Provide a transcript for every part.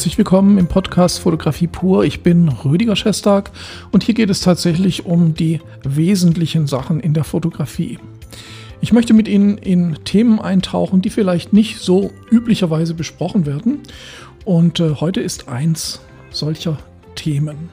Herzlich willkommen im Podcast Fotografie pur. Ich bin Rüdiger Schestag und hier geht es tatsächlich um die wesentlichen Sachen in der Fotografie. Ich möchte mit Ihnen in Themen eintauchen, die vielleicht nicht so üblicherweise besprochen werden. Und heute ist eins solcher Themen.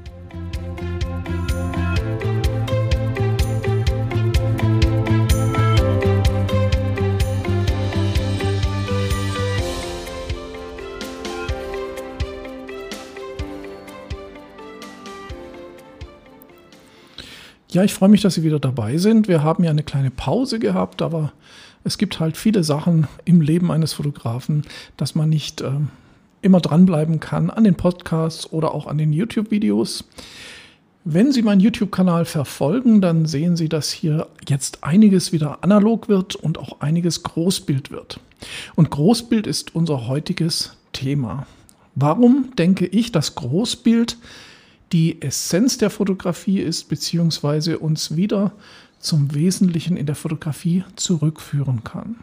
Ja, ich freue mich, dass Sie wieder dabei sind. Wir haben ja eine kleine Pause gehabt, aber es gibt halt viele Sachen im Leben eines Fotografen, dass man nicht immer dranbleiben kann an den Podcasts oder auch an den YouTube-Videos. Wenn Sie meinen YouTube-Kanal verfolgen, dann sehen Sie, dass hier jetzt einiges wieder analog wird und auch einiges Großbild wird. Und Großbild ist unser heutiges Thema. Warum denke ich, dass Großbild die Essenz der Fotografie ist, beziehungsweise uns wieder zum Wesentlichen in der Fotografie zurückführen kann?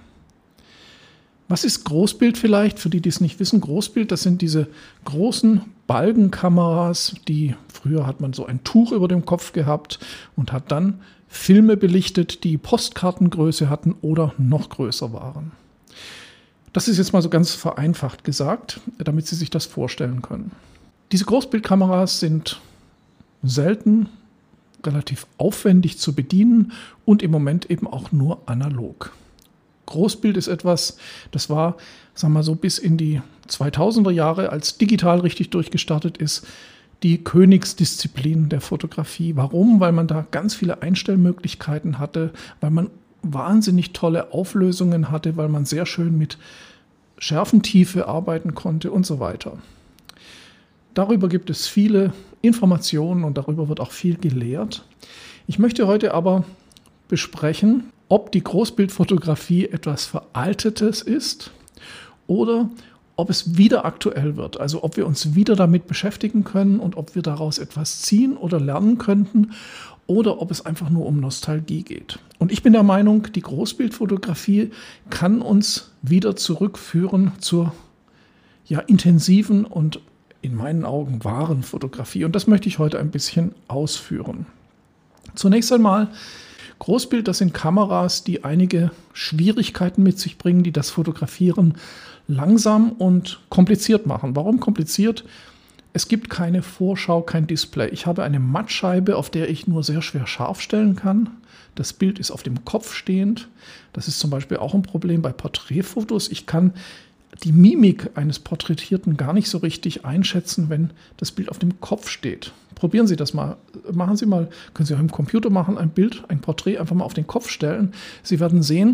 Was ist Großbild vielleicht? Für die, die es nicht wissen, Großbild, das sind diese großen Balkenkameras, früher hat man so ein Tuch über dem Kopf gehabt und hat dann Filme belichtet, die Postkartengröße hatten oder noch größer waren. Das ist jetzt mal so ganz vereinfacht gesagt, damit Sie sich das vorstellen können. Diese Großbildkameras sind selten, relativ aufwendig zu bedienen und im Moment eben auch nur analog. Großbild ist etwas, das war, sagen wir mal so, bis in die 2000er Jahre, als digital richtig durchgestartet ist, die Königsdisziplin der Fotografie. Warum? Weil man da ganz viele Einstellmöglichkeiten hatte, weil man wahnsinnig tolle Auflösungen hatte, weil man sehr schön mit Schärfentiefe arbeiten konnte und so weiter. Darüber gibt es viele Informationen und darüber wird auch viel gelehrt. Ich möchte heute aber besprechen, ob die Großbildfotografie etwas Veraltetes ist oder ob es wieder aktuell wird. Also ob wir uns wieder damit beschäftigen können und ob wir daraus etwas ziehen oder lernen könnten oder ob es einfach nur um Nostalgie geht. Und ich bin der Meinung, die Großbildfotografie kann uns wieder zurückführen zur intensiven und in meinen Augen wahren Fotografie. Und das möchte ich heute ein bisschen ausführen. Zunächst einmal, Großbild, das sind Kameras, die einige Schwierigkeiten mit sich bringen, die das Fotografieren langsam und kompliziert machen. Warum kompliziert? Es gibt keine Vorschau, kein Display. Ich habe eine Mattscheibe, auf der ich nur sehr schwer scharf stellen kann. Das Bild ist auf dem Kopf stehend. Das ist zum Beispiel auch ein Problem bei Porträtfotos. Ich kann die Mimik eines Porträtierten gar nicht so richtig einschätzen, wenn das Bild auf dem Kopf steht. Probieren Sie das mal. Machen Sie mal, können Sie auch im Computer machen, ein Bild, ein Porträt einfach mal auf den Kopf stellen. Sie werden sehen,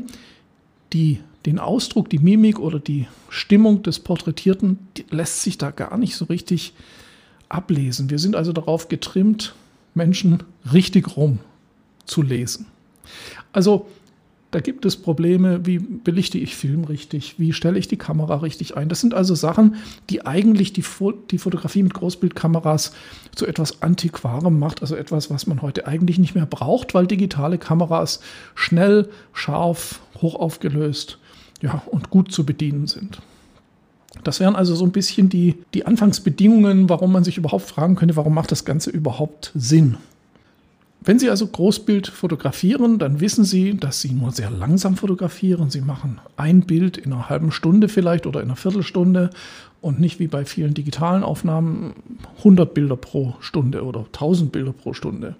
den Ausdruck, die Mimik oder die Stimmung des Porträtierten lässt sich da gar nicht so richtig ablesen. Wir sind also darauf getrimmt, Menschen richtig rum zu lesen. Also da gibt es Probleme, wie belichte ich Film richtig, wie stelle ich die Kamera richtig ein. Das sind also Sachen, die eigentlich die Fotografie mit Großbildkameras zu etwas Antiquarem macht, also etwas, was man heute eigentlich nicht mehr braucht, weil digitale Kameras schnell, scharf, hochaufgelöst und gut zu bedienen sind. Das wären also so ein bisschen die Anfangsbedingungen, warum man sich überhaupt fragen könnte, warum macht das Ganze überhaupt Sinn? Wenn Sie also Großbild fotografieren, dann wissen Sie, dass Sie nur sehr langsam fotografieren. Sie machen ein Bild in einer halben Stunde vielleicht oder in einer Viertelstunde und nicht wie bei vielen digitalen Aufnahmen 100 Bilder pro Stunde oder 1000 Bilder pro Stunde.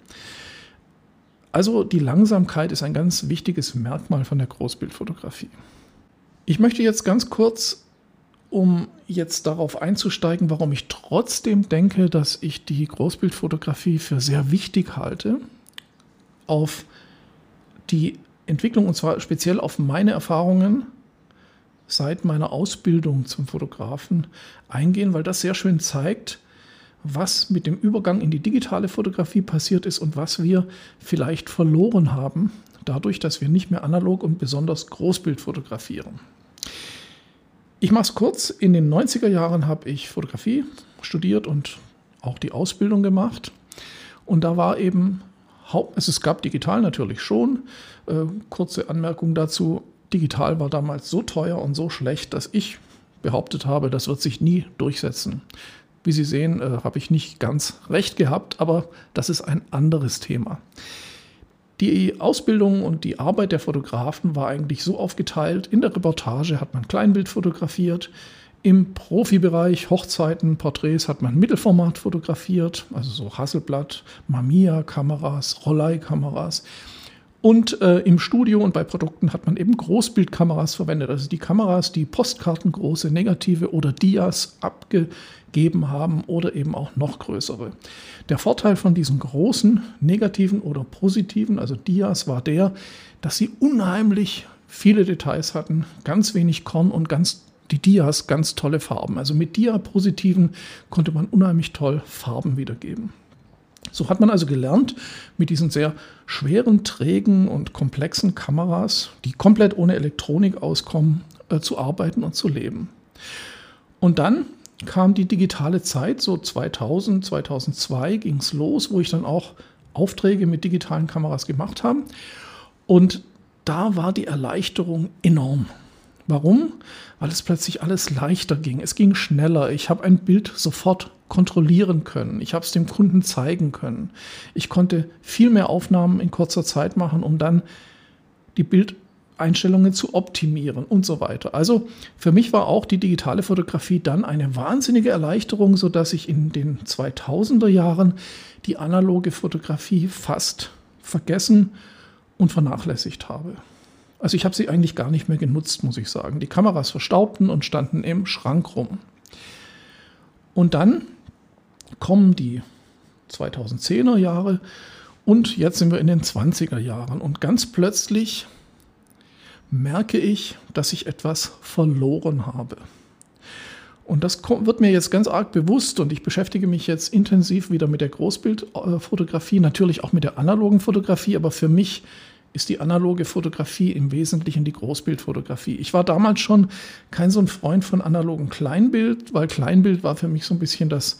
Also die Langsamkeit ist ein ganz wichtiges Merkmal von der Großbildfotografie. Ich möchte jetzt ganz kurz, um jetzt darauf einzusteigen, warum ich trotzdem denke, dass ich die Großbildfotografie für sehr wichtig halte, auf die Entwicklung und zwar speziell auf meine Erfahrungen seit meiner Ausbildung zum Fotografen eingehen, weil das sehr schön zeigt, was mit dem Übergang in die digitale Fotografie passiert ist und was wir vielleicht verloren haben, dadurch, dass wir nicht mehr analog und besonders Großbild fotografieren. Ich mache es kurz. In den 90er Jahren habe ich Fotografie studiert und auch die Ausbildung gemacht. Und da war eben, es gab digital natürlich schon. Kurze Anmerkung dazu, digital war damals so teuer und so schlecht, dass ich behauptet habe, das wird sich nie durchsetzen. Wie Sie sehen, habe ich nicht ganz recht gehabt, aber das ist ein anderes Thema. Die Ausbildung und die Arbeit der Fotografen war eigentlich so aufgeteilt. In der Reportage hat man Kleinbild fotografiert, im Profibereich, Hochzeiten, Porträts hat man Mittelformat fotografiert, also so Hasselblad, Mamiya-Kameras, Rolei-Kameras. Und im Studio und bei Produkten hat man eben Großbildkameras verwendet, also die Kameras, die postkartengroße Negative oder Dias abgegeben haben oder eben auch noch größere. Der Vorteil von diesen großen negativen oder positiven, also Dias, war der, dass sie unheimlich viele Details hatten, ganz wenig Korn und die Dias ganz tolle Farben. Also mit Dia-Positiven konnte man unheimlich toll Farben wiedergeben. So hat man also gelernt, mit diesen sehr schweren, trägen und komplexen Kameras, die komplett ohne Elektronik auskommen, zu arbeiten und zu leben. Und dann kam die digitale Zeit, so 2000, 2002 ging es los, wo ich dann auch Aufträge mit digitalen Kameras gemacht habe. Und da war die Erleichterung enorm. Warum? Weil es plötzlich alles leichter ging. Es ging schneller. Ich habe ein Bild sofort kontrollieren können. Ich habe es dem Kunden zeigen können. Ich konnte viel mehr Aufnahmen in kurzer Zeit machen, um dann die Bildeinstellungen zu optimieren und so weiter. Also für mich war auch die digitale Fotografie dann eine wahnsinnige Erleichterung, sodass ich in den 2000er Jahren die analoge Fotografie fast vergessen und vernachlässigt habe. Also ich habe sie eigentlich gar nicht mehr genutzt, muss ich sagen. Die Kameras verstaubten und standen im Schrank rum. Und dann kommen die 2010er Jahre und jetzt sind wir in den 20er Jahren. Und ganz plötzlich merke ich, dass ich etwas verloren habe. Und das wird mir jetzt ganz arg bewusst und ich beschäftige mich jetzt intensiv wieder mit der Großbildfotografie, natürlich auch mit der analogen Fotografie, aber für mich ist die analoge Fotografie im Wesentlichen die Großbildfotografie. Ich war damals schon kein so ein Freund von analogen Kleinbild, weil Kleinbild war für mich so ein bisschen das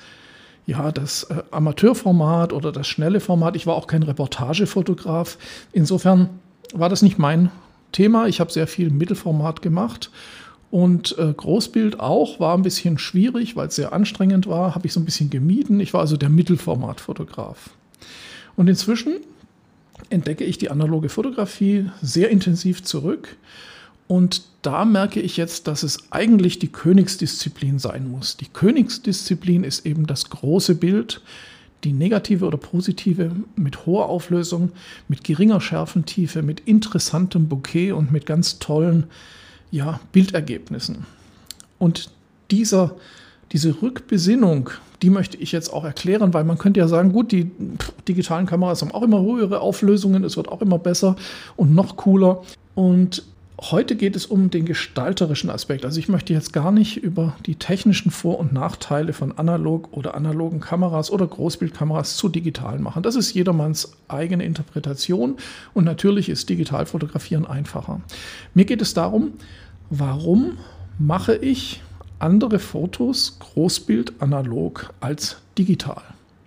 Amateurformat oder das schnelle Format. Ich war auch kein Reportagefotograf. Insofern war das nicht mein Thema. Ich habe sehr viel Mittelformat gemacht und Großbild auch, war ein bisschen schwierig, weil es sehr anstrengend war, habe ich so ein bisschen gemieden. Ich war also der Mittelformatfotograf. Und inzwischen entdecke ich die analoge Fotografie sehr intensiv zurück und da merke ich jetzt, dass es eigentlich die Königsdisziplin sein muss. Die Königsdisziplin ist eben das große Bild, die negative oder positive mit hoher Auflösung, mit geringer Schärfentiefe, mit interessantem Bouquet und mit ganz tollen Bildergebnissen. Und diese Rückbesinnung, die möchte ich jetzt auch erklären, weil man könnte ja sagen, gut, die digitalen Kameras haben auch immer höhere Auflösungen, es wird auch immer besser und noch cooler. Und heute geht es um den gestalterischen Aspekt. Also ich möchte jetzt gar nicht über die technischen Vor- und Nachteile von analog oder analogen Kameras oder Großbildkameras zu digital machen. Das ist jedermanns eigene Interpretation und natürlich ist Digitalfotografieren einfacher. Mir geht es darum, warum mache ich andere Fotos, Großbild, analog als digital.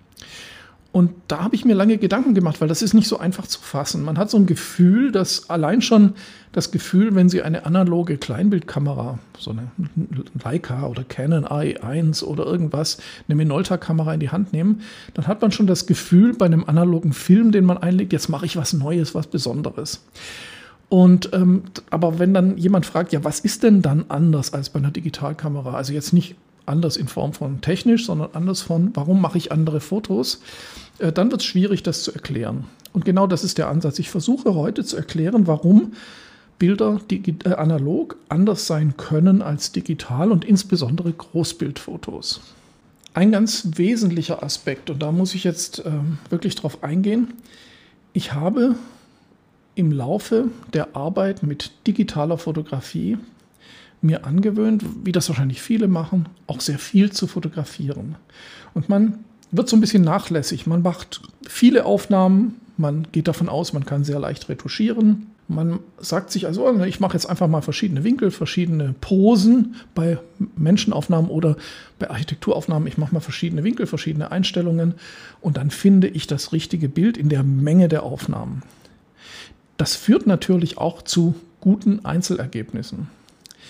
Und da habe ich mir lange Gedanken gemacht, weil das ist nicht so einfach zu fassen. Man hat so ein Gefühl, dass allein schon das Gefühl, wenn Sie eine analoge Kleinbildkamera, so eine Leica oder Canon AE1 oder irgendwas, eine Minolta-Kamera in die Hand nehmen, dann hat man schon das Gefühl bei einem analogen Film, den man einlegt, jetzt mache ich was Neues, was Besonderes. Und aber wenn dann jemand fragt, ja, was ist denn dann anders als bei einer Digitalkamera? Also jetzt nicht anders in Form von technisch, sondern anders von, warum mache ich andere Fotos? Dann wird es schwierig, das zu erklären. Und genau das ist der Ansatz. Ich versuche heute zu erklären, warum Bilder analog anders sein können als digital und insbesondere Großbildfotos. Ein ganz wesentlicher Aspekt, und da muss ich jetzt wirklich drauf eingehen, ich habe im Laufe der Arbeit mit digitaler Fotografie mir angewöhnt, wie das wahrscheinlich viele machen, auch sehr viel zu fotografieren. Und man wird so ein bisschen nachlässig. Man macht viele Aufnahmen, man geht davon aus, man kann sehr leicht retuschieren. Man sagt sich also, ich mache jetzt einfach mal verschiedene Winkel, verschiedene Posen bei Menschenaufnahmen oder bei Architekturaufnahmen. Ich mache mal verschiedene Winkel, verschiedene Einstellungen und dann finde ich das richtige Bild in der Menge der Aufnahmen. Das führt natürlich auch zu guten Einzelergebnissen.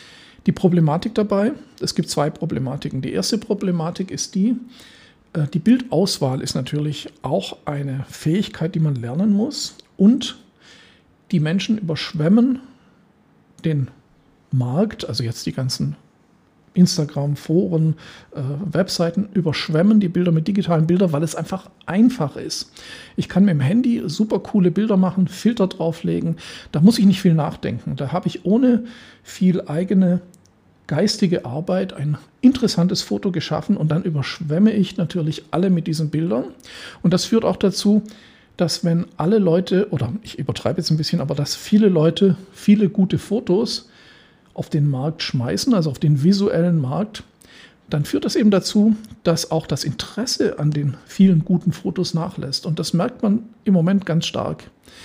Die Problematik dabei, es gibt zwei Problematiken. Die erste Problematik ist die Bildauswahl ist natürlich auch eine Fähigkeit, die man lernen muss. Und die Menschen überschwemmen den Markt, also jetzt die ganzen Instagram, Foren, Webseiten überschwemmen die Bilder mit digitalen Bildern, weil es einfach einfach ist. Ich kann mit dem Handy super coole Bilder machen, Filter drauflegen. Da muss ich nicht viel nachdenken. Da habe ich ohne viel eigene geistige Arbeit ein interessantes Foto geschaffen und dann überschwemme ich natürlich alle mit diesen Bildern. Und das führt auch dazu, dass wenn alle Leute, oder ich übertreibe jetzt ein bisschen, aber dass viele Leute viele gute Fotos auf den Markt schmeißen, also auf den visuellen Markt, dann führt das eben dazu, dass auch das Interesse an den vielen guten Fotos nachlässt. Und das merkt man im Moment ganz stark.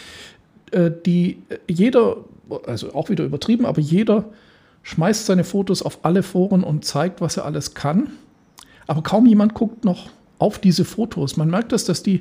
Jeder, also auch wieder übertrieben, aber jeder schmeißt seine Fotos auf alle Foren und zeigt, was er alles kann. Aber kaum jemand guckt noch auf diese Fotos. Man merkt dass die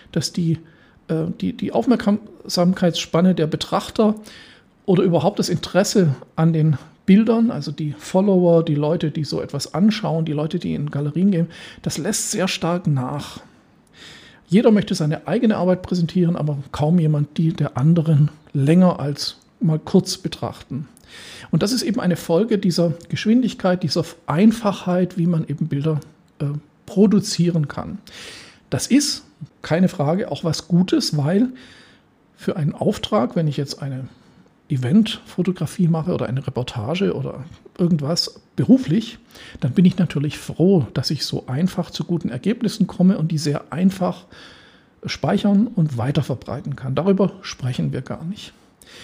Aufmerksamkeitsspanne der Betrachter oder überhaupt das Interesse an den Bildern, also die Follower, die Leute, die so etwas anschauen, die Leute, die in Galerien gehen, das lässt sehr stark nach. Jeder möchte seine eigene Arbeit präsentieren, aber kaum jemand die der anderen länger als mal kurz betrachten. Und das ist eben eine Folge dieser Geschwindigkeit, dieser Einfachheit, wie man eben Bilder produzieren kann. Das ist, keine Frage, auch was Gutes, weil für einen Auftrag, wenn ich jetzt eine Eventfotografie mache oder eine Reportage oder irgendwas beruflich, dann bin ich natürlich froh, dass ich so einfach zu guten Ergebnissen komme und die sehr einfach speichern und weiterverbreiten kann. Darüber sprechen wir gar nicht.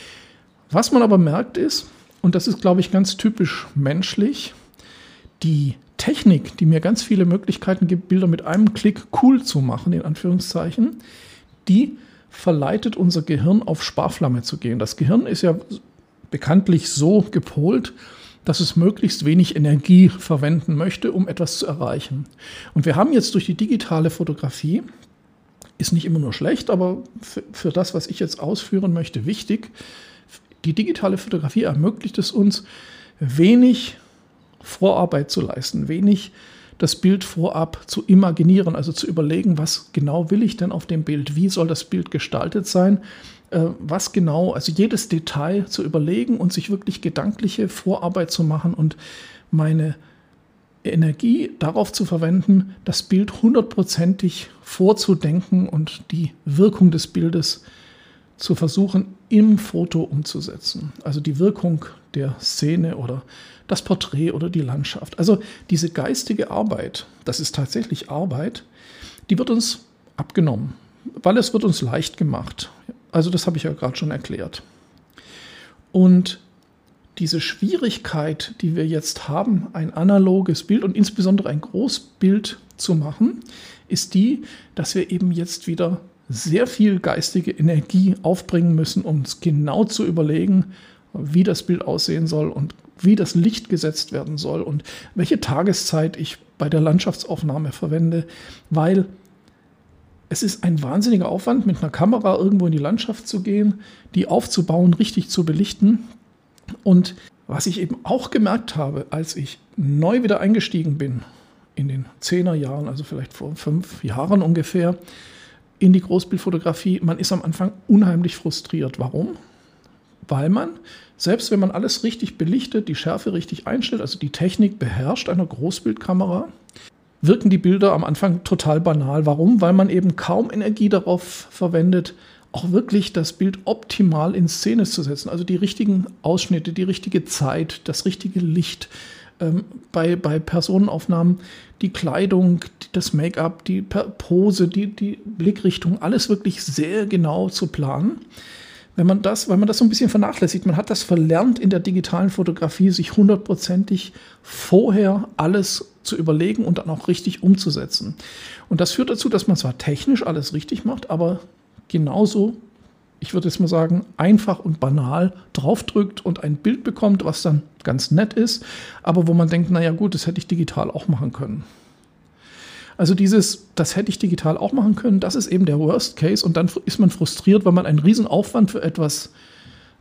Was man aber merkt ist, und das ist, glaube ich, ganz typisch menschlich, die Technik, die mir ganz viele Möglichkeiten gibt, Bilder mit einem Klick cool zu machen, in Anführungszeichen, die verleitet unser Gehirn auf Sparflamme zu gehen. Das Gehirn ist ja bekanntlich so gepolt, dass es möglichst wenig Energie verwenden möchte, um etwas zu erreichen. Und wir haben jetzt durch die digitale Fotografie, ist nicht immer nur schlecht, aber für das, was ich jetzt ausführen möchte, wichtig, die digitale Fotografie ermöglicht es uns, wenig Vorarbeit zu leisten, wenig das Bild vorab zu imaginieren, also zu überlegen, was genau will ich denn auf dem Bild, wie soll das Bild gestaltet sein, was genau, also jedes Detail zu überlegen und sich wirklich gedankliche Vorarbeit zu machen und meine Energie darauf zu verwenden, das Bild 100%ig vorzudenken und die Wirkung des Bildes zu versuchen, im Foto umzusetzen. Also die Wirkung der Szene oder das Porträt oder die Landschaft. Also diese geistige Arbeit, das ist tatsächlich Arbeit, die wird uns abgenommen, weil es wird uns leicht gemacht. Also das habe ich ja gerade schon erklärt. Und diese Schwierigkeit, die wir jetzt haben, ein analoges Bild und insbesondere ein Großbild zu machen, ist die, dass wir eben jetzt wieder sehr viel geistige Energie aufbringen müssen, um uns genau zu überlegen, wie das Bild aussehen soll und wie das Licht gesetzt werden soll und welche Tageszeit ich bei der Landschaftsaufnahme verwende, weil es ist ein wahnsinniger Aufwand, mit einer Kamera irgendwo in die Landschaft zu gehen, die aufzubauen, richtig zu belichten. Und was ich eben auch gemerkt habe, als ich neu wieder eingestiegen bin, in den 10er Jahren, also vielleicht vor 5 Jahren ungefähr, in die Großbildfotografie, man ist am Anfang unheimlich frustriert. Warum? Weil man, selbst wenn man alles richtig belichtet, die Schärfe richtig einstellt, also die Technik beherrscht einer Großbildkamera, wirken die Bilder am Anfang total banal. Warum? Weil man eben kaum Energie darauf verwendet, auch wirklich das Bild optimal in Szene zu setzen. Also die richtigen Ausschnitte, die richtige Zeit, das richtige Licht. Bei Personenaufnahmen die Kleidung, das Make-up, die Pose, die Blickrichtung, alles wirklich sehr genau zu planen. Weil man das so ein bisschen vernachlässigt, man hat das verlernt in der digitalen Fotografie, sich 100%ig vorher alles zu überlegen und dann auch richtig umzusetzen. Und das führt dazu, dass man zwar technisch alles richtig macht, aber genauso, ich würde jetzt mal sagen, einfach und banal draufdrückt und ein Bild bekommt, was dann ganz nett ist, aber wo man denkt, naja gut, das hätte ich digital auch machen können. Also das hätte ich digital auch machen können, das ist eben der Worst Case und dann ist man frustriert, weil man einen riesen Aufwand für etwas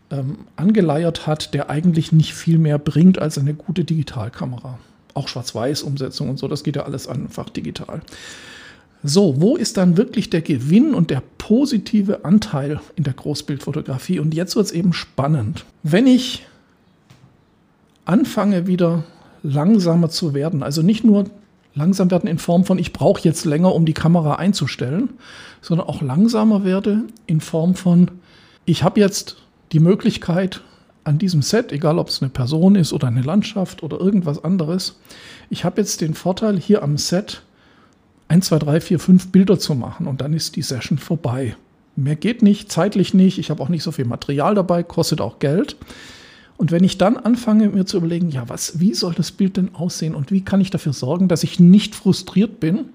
angeleiert hat, der eigentlich nicht viel mehr bringt als eine gute Digitalkamera. Auch Schwarz-Weiß-Umsetzung und so, das geht ja alles einfach digital. So, wo ist dann wirklich der Gewinn und der positive Anteil in der Großbildfotografie? Und jetzt wird es eben spannend. Wenn ich anfange, wieder langsamer zu werden, also nicht nur langsam werden in Form von, ich brauche jetzt länger, um die Kamera einzustellen, sondern auch langsamer werde in Form von, ich habe jetzt die Möglichkeit an diesem Set, egal ob es eine Person ist oder eine Landschaft oder irgendwas anderes, ich habe jetzt den Vorteil, hier am Set 1, 2, 3, 4, 5 Bilder zu machen und dann ist die Session vorbei. Mehr geht nicht, zeitlich nicht, ich habe auch nicht so viel Material dabei, kostet auch Geld. Und wenn ich dann anfange, mir zu überlegen, ja, wie soll das Bild denn aussehen und wie kann ich dafür sorgen, dass ich nicht frustriert bin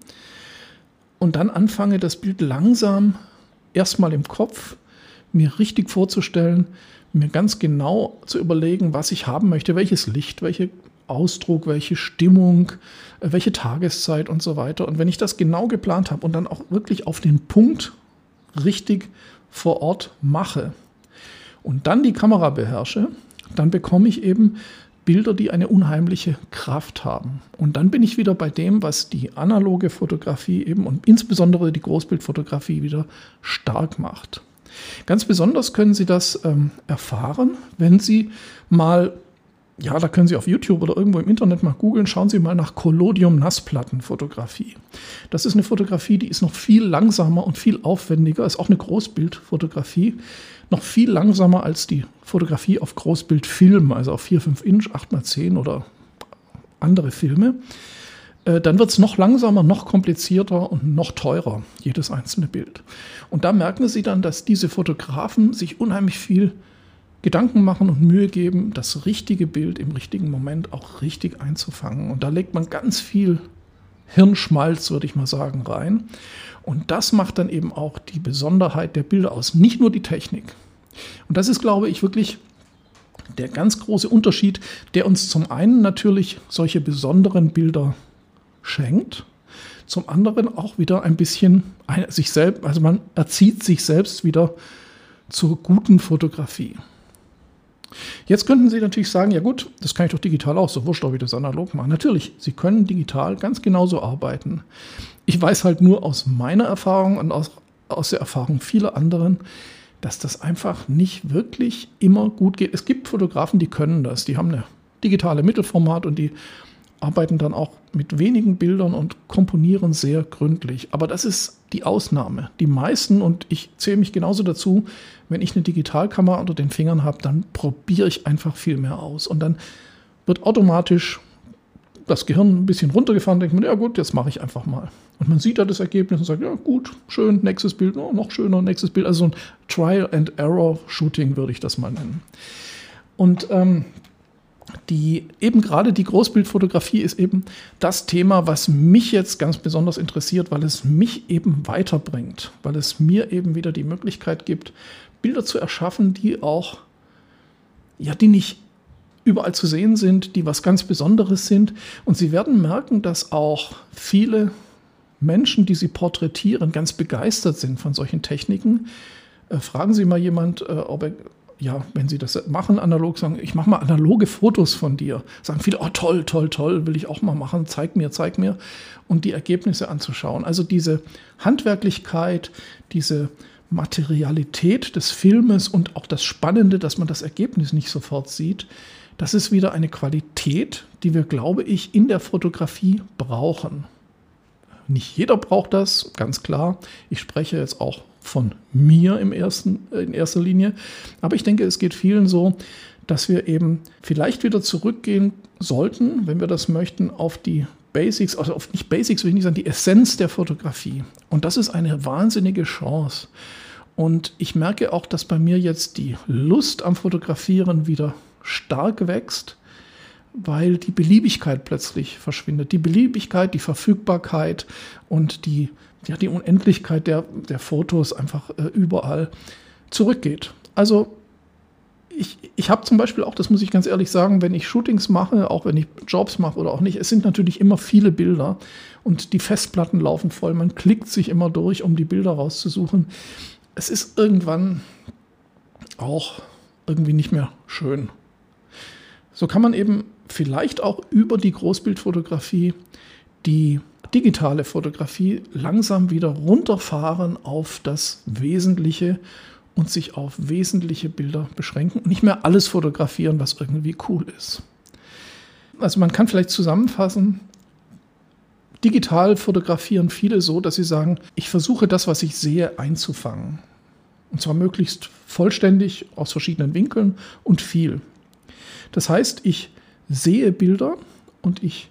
und dann anfange, das Bild langsam erstmal im Kopf mir richtig vorzustellen, mir ganz genau zu überlegen, was ich haben möchte, welches Licht, welche Ausdruck, welche Stimmung, welche Tageszeit und so weiter. Und wenn ich das genau geplant habe und dann auch wirklich auf den Punkt richtig vor Ort mache und dann die Kamera beherrsche, dann bekomme ich eben Bilder, die eine unheimliche Kraft haben. Und dann bin ich wieder bei dem, was die analoge Fotografie eben und insbesondere die Großbildfotografie wieder stark macht. Ganz besonders können Sie das erfahren, wenn Sie mal, ja, da können Sie auf YouTube oder irgendwo im Internet mal googeln, schauen Sie mal nach Collodium-Nassplattenfotografie. Das ist eine Fotografie, die ist noch viel langsamer und viel aufwendiger, ist auch eine Großbildfotografie, noch viel langsamer als die Fotografie auf Großbildfilm, also auf 4, 5 Inch, 8x10 oder andere Filme. Dann wird es noch langsamer, noch komplizierter und noch teurer, jedes einzelne Bild. Und da merken Sie dann, dass diese Fotografen sich unheimlich viel Gedanken machen und Mühe geben, das richtige Bild im richtigen Moment auch richtig einzufangen. Und da legt man ganz viel Hirnschmalz, würde ich mal sagen, rein. Und das macht dann eben auch die Besonderheit der Bilder aus, nicht nur die Technik. Und das ist, glaube ich, wirklich der ganz große Unterschied, der uns zum einen natürlich solche besonderen Bilder schenkt, zum anderen auch wieder ein bisschen sich selbst, also man erzieht sich selbst wieder zur guten Fotografie. Jetzt könnten Sie natürlich sagen, ja gut, das kann ich doch digital auch, so wurscht, ob ich das analog mache. Natürlich, Sie können digital ganz genauso arbeiten. Ich weiß halt nur aus meiner Erfahrung und aus der Erfahrung vieler anderen, dass das einfach nicht wirklich immer gut geht. Es gibt Fotografen, die können das, die haben eine digitale Mittelformat und die arbeiten dann auch mit wenigen Bildern und komponieren sehr gründlich. Aber das ist die Ausnahme. Die meisten, und ich zähle mich genauso dazu, wenn ich eine Digitalkamera unter den Fingern habe, dann probiere ich einfach viel mehr aus. Und dann wird automatisch das Gehirn ein bisschen runtergefahren, denkt man, ja gut, jetzt mache ich einfach mal. Und man sieht da das Ergebnis und sagt, ja gut, schön, nächstes Bild, oh, noch schöner, nächstes Bild. Also so ein Trial-and-Error-Shooting würde ich das mal nennen. Und eben gerade die Großbildfotografie ist eben das Thema, was mich jetzt ganz besonders interessiert, weil es mich eben weiterbringt, weil es mir eben wieder die Möglichkeit gibt, Bilder zu erschaffen, die auch, ja, die nicht überall zu sehen sind, die was ganz Besonderes sind. Und Sie werden merken, dass auch viele Menschen, die Sie porträtieren, ganz begeistert sind von solchen Techniken. Fragen Sie mal jemand, ob er, ja, wenn Sie das machen, analog, sagen, ich mache mal analoge Fotos von dir. Sagen viele, oh toll, toll, toll, will ich auch mal machen, zeig mir. Und die Ergebnisse anzuschauen. Also diese Handwerklichkeit, diese Materialität des Filmes und auch das Spannende, dass man das Ergebnis nicht sofort sieht, das ist wieder eine Qualität, die wir, glaube ich, in der Fotografie brauchen. Nicht jeder braucht das, ganz klar. Ich spreche jetzt auch von mir in erster Linie. Aber ich denke, es geht vielen so, dass wir eben vielleicht wieder zurückgehen sollten, wenn wir das möchten, auf die Basics, also auf nicht Basics, will ich nicht sagen, die Essenz der Fotografie. Und das ist eine wahnsinnige Chance. Und ich merke auch, dass bei mir jetzt die Lust am Fotografieren wieder stark wächst, weil die Beliebigkeit plötzlich verschwindet. Die Beliebigkeit, die Verfügbarkeit und die Unendlichkeit der Fotos einfach überall zurückgeht. Also ich habe zum Beispiel auch, das muss ich ganz ehrlich sagen, wenn ich Shootings mache, auch wenn ich Jobs mache oder auch nicht, es sind natürlich immer viele Bilder und die Festplatten laufen voll. Man klickt sich immer durch, um die Bilder rauszusuchen. Es ist irgendwann auch irgendwie nicht mehr schön. So kann man eben vielleicht auch über die Großbildfotografie die digitale Fotografie langsam wieder runterfahren auf das Wesentliche und sich auf wesentliche Bilder beschränken und nicht mehr alles fotografieren, was irgendwie cool ist. Also man kann vielleicht zusammenfassen, digital fotografieren viele so, dass sie sagen, ich versuche das, was ich sehe, einzufangen. Und zwar möglichst vollständig aus verschiedenen Winkeln und viel. Das heißt, ich sehe Bilder und ich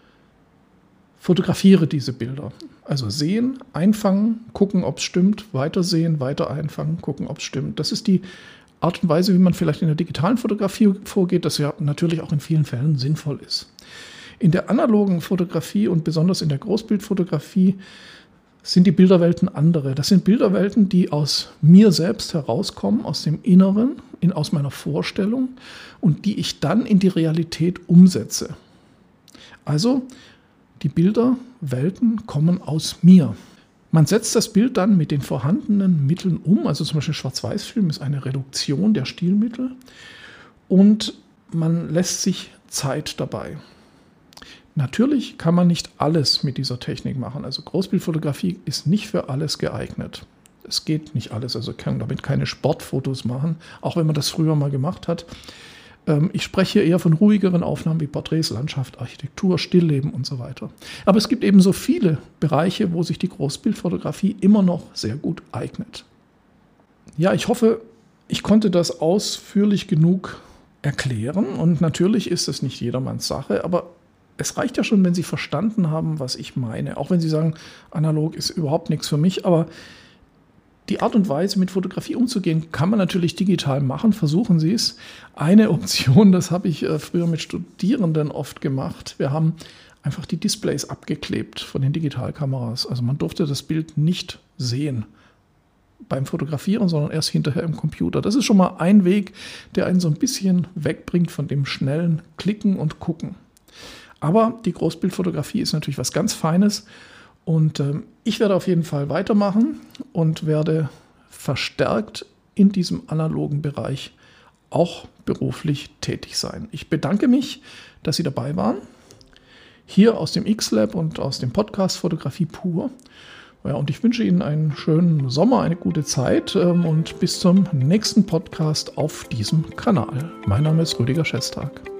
fotografiere diese Bilder. Also sehen, einfangen, gucken, ob es stimmt, weitersehen, weiter einfangen, gucken, ob es stimmt. Das ist die Art und Weise, wie man vielleicht in der digitalen Fotografie vorgeht, das ja natürlich auch in vielen Fällen sinnvoll ist. In der analogen Fotografie und besonders in der Großbildfotografie sind die Bilderwelten andere. Das sind Bilderwelten, die aus mir selbst herauskommen, aus dem Inneren, aus meiner Vorstellung und die ich dann in die Realität umsetze. Also die Bilderwelten kommen aus mir. Man setzt das Bild dann mit den vorhandenen Mitteln um, also zum Beispiel Schwarz-Weiß-Film ist eine Reduktion der Stilmittel und man lässt sich Zeit dabei. Natürlich kann man nicht alles mit dieser Technik machen. Also Großbildfotografie ist nicht für alles geeignet. Es geht nicht alles, also kann damit keine Sportfotos machen, auch wenn man das früher mal gemacht hat. Ich spreche eher von ruhigeren Aufnahmen wie Porträts, Landschaft, Architektur, Stillleben und so weiter. Aber es gibt eben so viele Bereiche, wo sich die Großbildfotografie immer noch sehr gut eignet. Ja, ich hoffe, ich konnte das ausführlich genug erklären und natürlich ist es nicht jedermanns Sache, aber es reicht ja schon, wenn Sie verstanden haben, was ich meine. Auch wenn Sie sagen, analog ist überhaupt nichts für mich, aber die Art und Weise, mit Fotografie umzugehen, kann man natürlich digital machen. Versuchen Sie es. Eine Option, das habe ich früher mit Studierenden oft gemacht. Wir haben einfach die Displays abgeklebt von den Digitalkameras. Also man durfte das Bild nicht sehen beim Fotografieren, sondern erst hinterher im Computer. Das ist schon mal ein Weg, der einen so ein bisschen wegbringt von dem schnellen Klicken und Gucken. Aber die Großbildfotografie ist natürlich was ganz Feines. Und ich werde auf jeden Fall weitermachen und werde verstärkt in diesem analogen Bereich auch beruflich tätig sein. Ich bedanke mich, dass Sie dabei waren. Hier aus dem X-Lab und aus dem Podcast Fotografie pur. Ja, und ich wünsche Ihnen einen schönen Sommer, eine gute Zeit und bis zum nächsten Podcast auf diesem Kanal. Mein Name ist Rüdiger Schestag.